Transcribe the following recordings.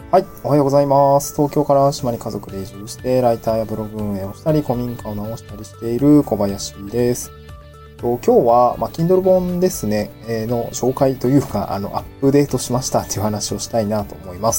はい、おはようございます。東京から島に家族で移住して、ライターやブログ運営をしたり、古民家を直したりしている小林です。今日は、Kindle 本ですね、の紹介というか、アップデートしましたっていう話をしたいなと思います。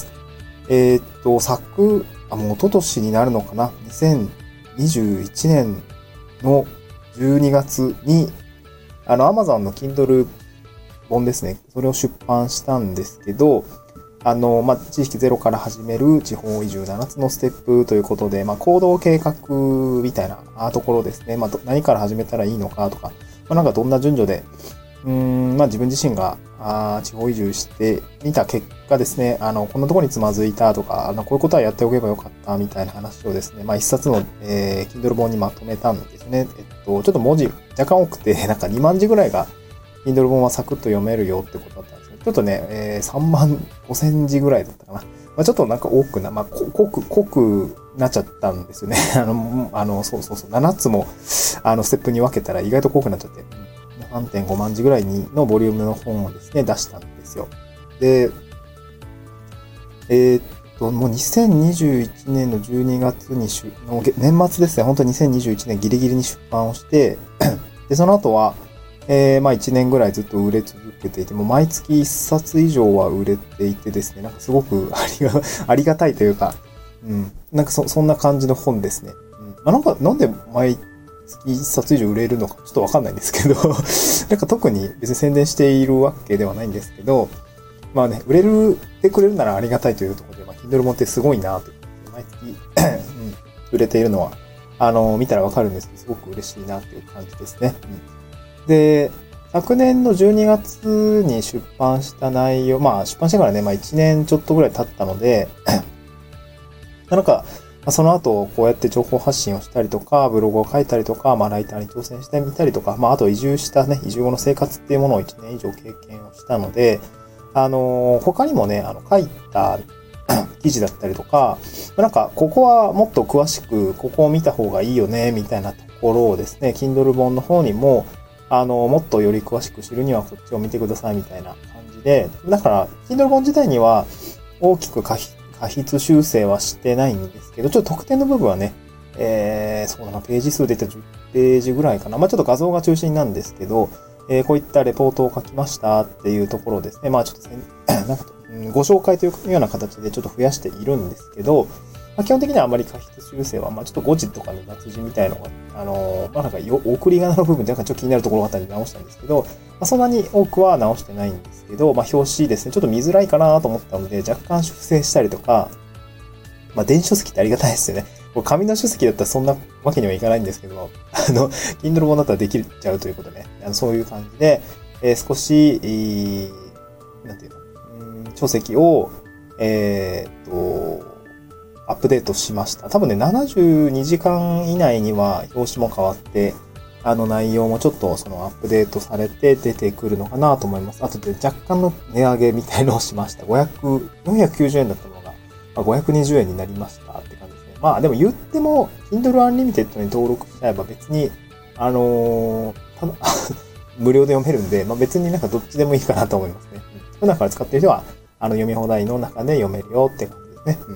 もう一昨年になるのかな ?2021 年の12月に、Amazon の Kindle 本ですね、それを出版したんですけど、知識ゼロから始める地方移住7つのステップということで、行動計画みたいなところですね。何から始めたらいいのかとか、なんかどんな順序で、自分自身が、地方移住してみた結果ですね、こんなところにつまずいたとか、こういうことはやっておけばよかったみたいな話をですね、一冊の、Kindle 本にまとめたんですね。ちょっと文字若干多くて、なんか2万字ぐらいが Kindle 本はサクッと読めるよってことだったんです。ちょっとね、3万5千字ぐらいだったかな。ちょっとなんか多くな、濃くなっちゃったんですよね。そう。7つも、ステップに分けたら意外と濃くなっちゃって、3.5 万字ぐらいのボリュームの本をですね、出したんですよ。で、もう2021年の12月に年末ですね、本当に2021年ギリギリに出版をして、で、その後は、1年ぐらいずっと売れ続けていて、もう毎月1冊以上は売れていてですね、なんかすごくありがたいというか、なんかそんな感じの本ですね。なんで毎月1冊以上売れるのかちょっとわかんないんですけど、なんか特に別に宣伝しているわけではないんですけど、売れてくれるならありがたいというところで、Kindle 本ってすごいなということで、毎月、売れているのは、見たらわかるんですけど、すごく嬉しいなという感じですね。で、昨年の12月に出版した内容、出版してからね、1年ちょっとぐらい経ったので、なんか、その後、こうやって情報発信をしたりとか、ブログを書いたりとか、ライターに挑戦してみたりとか、あと移住後の生活っていうものを1年以上経験をしたので、他にもね、書いた記事だったりとか、なんか、ここはもっと詳しく、ここを見た方がいいよね、みたいなところをですね、Kindle 本の方にも、もっとより詳しく知るにはこっちを見てくださいみたいな感じで、だから、Kindle 本自体には大きく過筆修正はしてないんですけど、ちょっと特典の部分はね、そうだな、ページ数で言ったら10ページぐらいかな。ちょっと画像が中心なんですけど、こういったレポートを書きましたっていうところですね。ちょっとなんかご紹介というような形でちょっと増やしているんですけど、基本的にはあまり過筆修正は、ちょっと誤字とかの脱字みたいのが、なんか送り仮名の部分でなんかちょっと気になるところがあったんで直したんですけど、そんなに多くは直してないんですけど、表紙ですね、ちょっと見づらいかなと思ったので、若干修正したりとか、電子書籍ってありがたいですよね。紙の書籍だったらそんなわけにはいかないんですけど、Kindle 本だったらできちゃうということでね、そういう感じで、少し、なんていうの、書籍を、アップデートしました。多分ね、72時間以内には表紙も変わって、内容もちょっとアップデートされて出てくるのかなと思います。あとで若干の値上げみたいのをしました。490円だったのが、520円になりましたって感じですね。でも言っても、Kindle Unlimited に登録しちゃえば別に、無料で読めるんで、別になんかどっちでもいいかなと思いますね。普段から使っている人は、読み放題の中で読めるよって感じですね。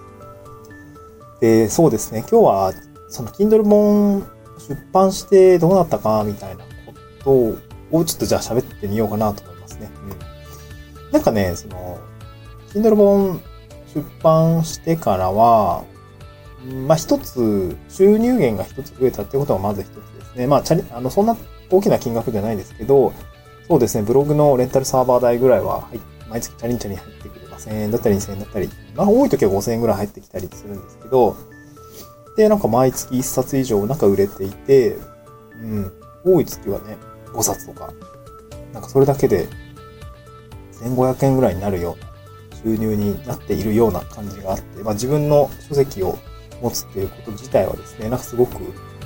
で、そうですね。今日は、その Kindle 本出版してどうなったかみたいなことをちょっとじゃあ喋ってみようかなと思いますね。なんかね、Kindle 本出版してからは、一つ、収入源が一つ増えたってことはまず一つですね。そんな大きな金額じゃないですけど、そうですね、ブログのレンタルサーバー代ぐらいは、毎月チャリン入ってくる。1000円だったり2000円だったり、多い時は5000円ぐらい入ってきたりするんですけど、で、なんか毎月1冊以上なんか売れていて、多い月はね、5冊とか、なんかそれだけで1500円ぐらいになるような収入になっているような感じがあって、自分の書籍を持つっていうこと自体はですね、なんかすごく、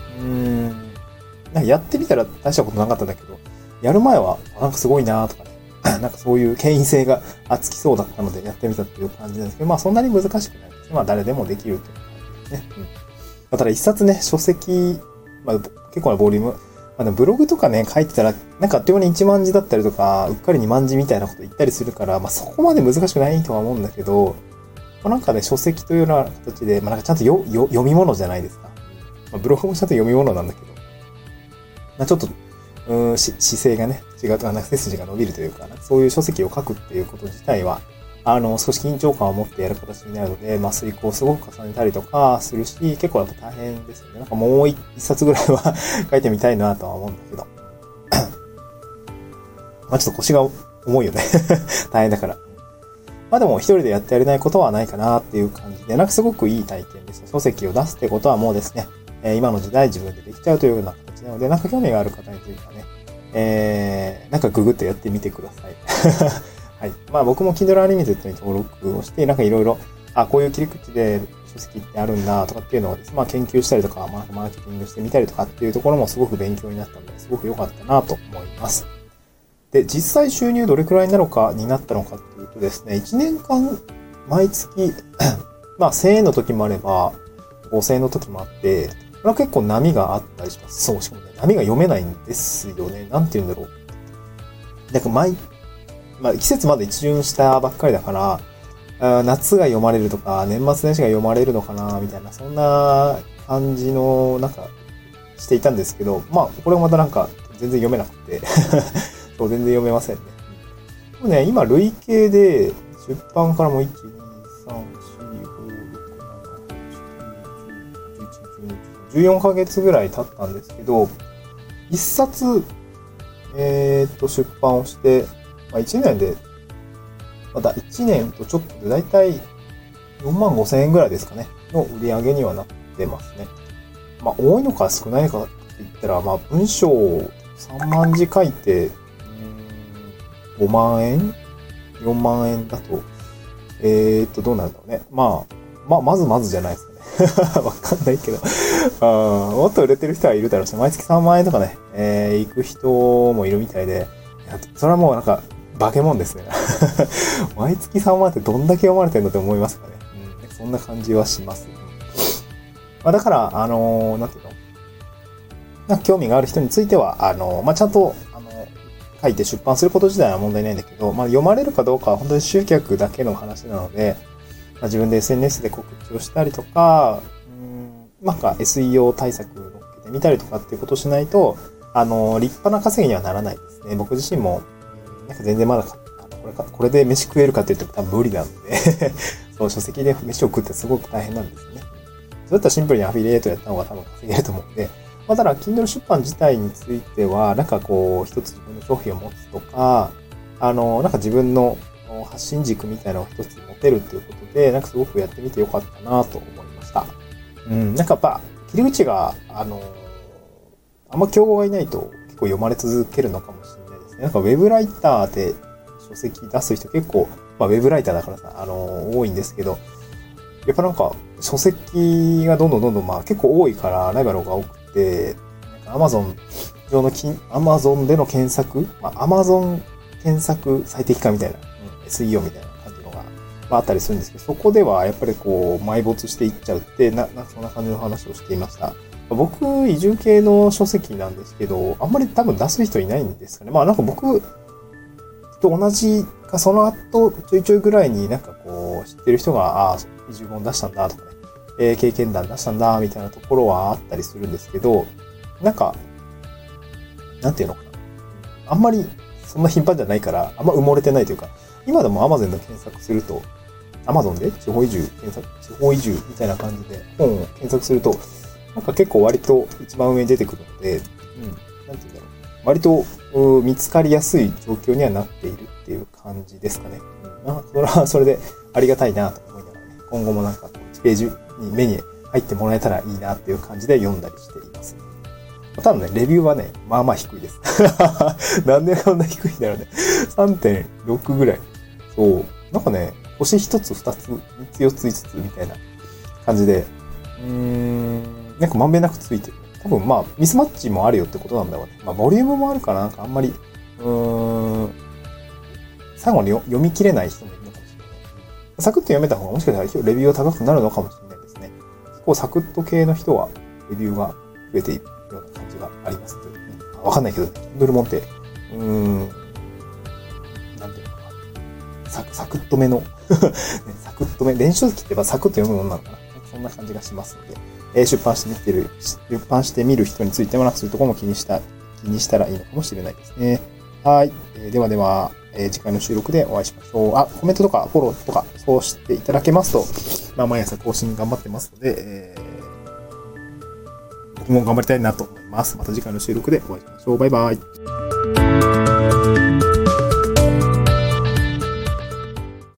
なんかやってみたら大したことなかったんだけど、やる前はなんかすごいなとかね、なんかそういう権威性がつきそうだったのでやってみたっていう感じなんですけど、そんなに難しくないですね。誰でもできるっていう感じですね。ただ一冊ね、書籍、結構なボリューム。でもブログとかね、書いてたら、なんかあっという間に1万字だったりとか、うっかり2万字みたいなこと言ったりするから、そこまで難しくないとは思うんだけど、 なんかね、書籍というような形で、なんかちゃんと読み物じゃないですか。ブログもちゃんと読み物なんだけど、ちょっと、姿勢がね、違うとか、背筋が伸びるというか、そういう書籍を書くっていうこと自体は、少し緊張感を持ってやる形になるので、遂行をすごく重ねたりとかするし、結構やっぱ大変ですよね。なんかもう一冊ぐらいは書いてみたいなとは思うんだけど。ちょっと腰が重いよね。大変だから。でも一人でやってやれないことはないかなっていう感じで、すごくいい体験です。書籍を出すってことはもうですね、今の時代自分でできちゃうというような形なので、興味がある方にというかね、ググってやってみてください。はい。僕も Kindle Unlimited に登録をして、いろいろ、こういう切り口で書籍ってあるんだとかっていうのをです、研究したりとか、マーケティングしてみたりとかっていうところもすごく勉強になったので、すごく良かったなと思います。で、実際収入どれくらいになったのかっていうとですね、1年間、毎月、1000円の時もあれば、5000円の時もあって、これは結構波があったりします。そう、しかもね、波が読めないんですよね。なんて言うんだろう。季節まで一巡したばっかりだから、夏が読まれるとか、年末年始が読まれるのかな、みたいな、そんな感じの、していたんですけど、これもまた全然読めなくて、そう、全然読めませんね。でもね、今、累計で、出版からも1、2、3、4、5、6、7、8、9、10、11、12、14ヶ月ぐらい経ったんですけど、1冊、出版をして、1年で、1年とちょっとでだいたい4万5千円ぐらいですかね、の売り上げにはなってますね。多いのか少ないのかって言ったら、文章を3万字書いて、5万円 ?4 万円だと、どうなんだろうね。まずじゃないですかね。わかんないけど。もっと売れてる人はいるだろうし、毎月3万円とかね、行く人もいるみたいで、それはもう化け物ですね。毎月3万ってどんだけ読まれてるのって思いますかね。そんな感じはします。だから、なんていうの、興味がある人については、ちゃんと、書いて出版すること自体は問題ないんだけど、読まれるかどうかは本当に集客だけの話なので、自分で SNS で告知をしたりとか、SEO 対策を乗っけてみたりとかっていうことをしないと、立派な稼ぎにはならないですね。僕自身も、全然まだ、これで飯食えるかって言っても多分無理なんで、そう、書籍で飯を食ってすごく大変なんですよね。そういったらシンプルにアフィリエイトやった方が多分稼げると思うんで、ただ、Kindle 出版自体については、一つ自分の商品を持つとか、自分の発信軸みたいなのを一つ持てるっていうことで、すごくやってみてよかったなと思いました。やっぱ、切り口が、あんま競合がいないと結構読まれ続けるのかもしれないですね。ウェブライターで書籍出す人結構、ウェブライターだからさ、多いんですけど、やっぱ書籍がどんどん結構多いからライバルが多くて、Amazon での検索、Amazon 検索最適化みたいな、SEO みたいな感じのが、あったりするんですけど、そこではやっぱり埋没していっちゃうって、そんな感じの話をしていました。僕、移住系の書籍なんですけど、あんまり多分出す人いないんですかね。僕と同じか、その後、ちょいぐらいに知ってる人が、移住本出したんだとかね、経験談出したんだみたいなところはあったりするんですけど、なんていうのかな。あんまりそんな頻繁じゃないから、あんま埋もれてないというか、今でも Amazon で検索すると、Amazon で地方移住みたいな感じで本を検索すると、結構割と一番上に出てくるので、なんていうんだろう。割と見つかりやすい状況にはなっているっていう感じですかね。それはそれでありがたいなと思いながらね、今後も1ページに目に入ってもらえたらいいなっていう感じで読んだりしています。ただね、レビューはね、まあまあ低いです。なんでこんな低いんだろうね。3.6 ぐらい。そう。星1つ、2つ、3つ、4つ、5つみたいな感じで、まんべんなくついてる。多分ミスマッチもあるよってことなんだろうね。ボリュームもあるからあんまり、最後に読み切れない人もいるのかもしれない。サクッと読めた方がもしかしたらレビューは高くなるのかもしれないですね。結構サクッと系の人はレビューが増えているような感じがあります。わかんないけど、Kindle 本って、なんていうのかな。 サクッとめの、サクッとめ、電子書籍ってサクッと読むものなのかな。そんな感じがしますので、出版してみる人についてもそういうところも気にしたらいいのかもしれないですね。はい。ではでは、次回の収録でお会いしましょう。コメントとかフォローとか、そうしていただけますと、毎朝更新頑張ってますので、僕も頑張りたいなと思います。また次回の収録でお会いしましょう。バイバイ。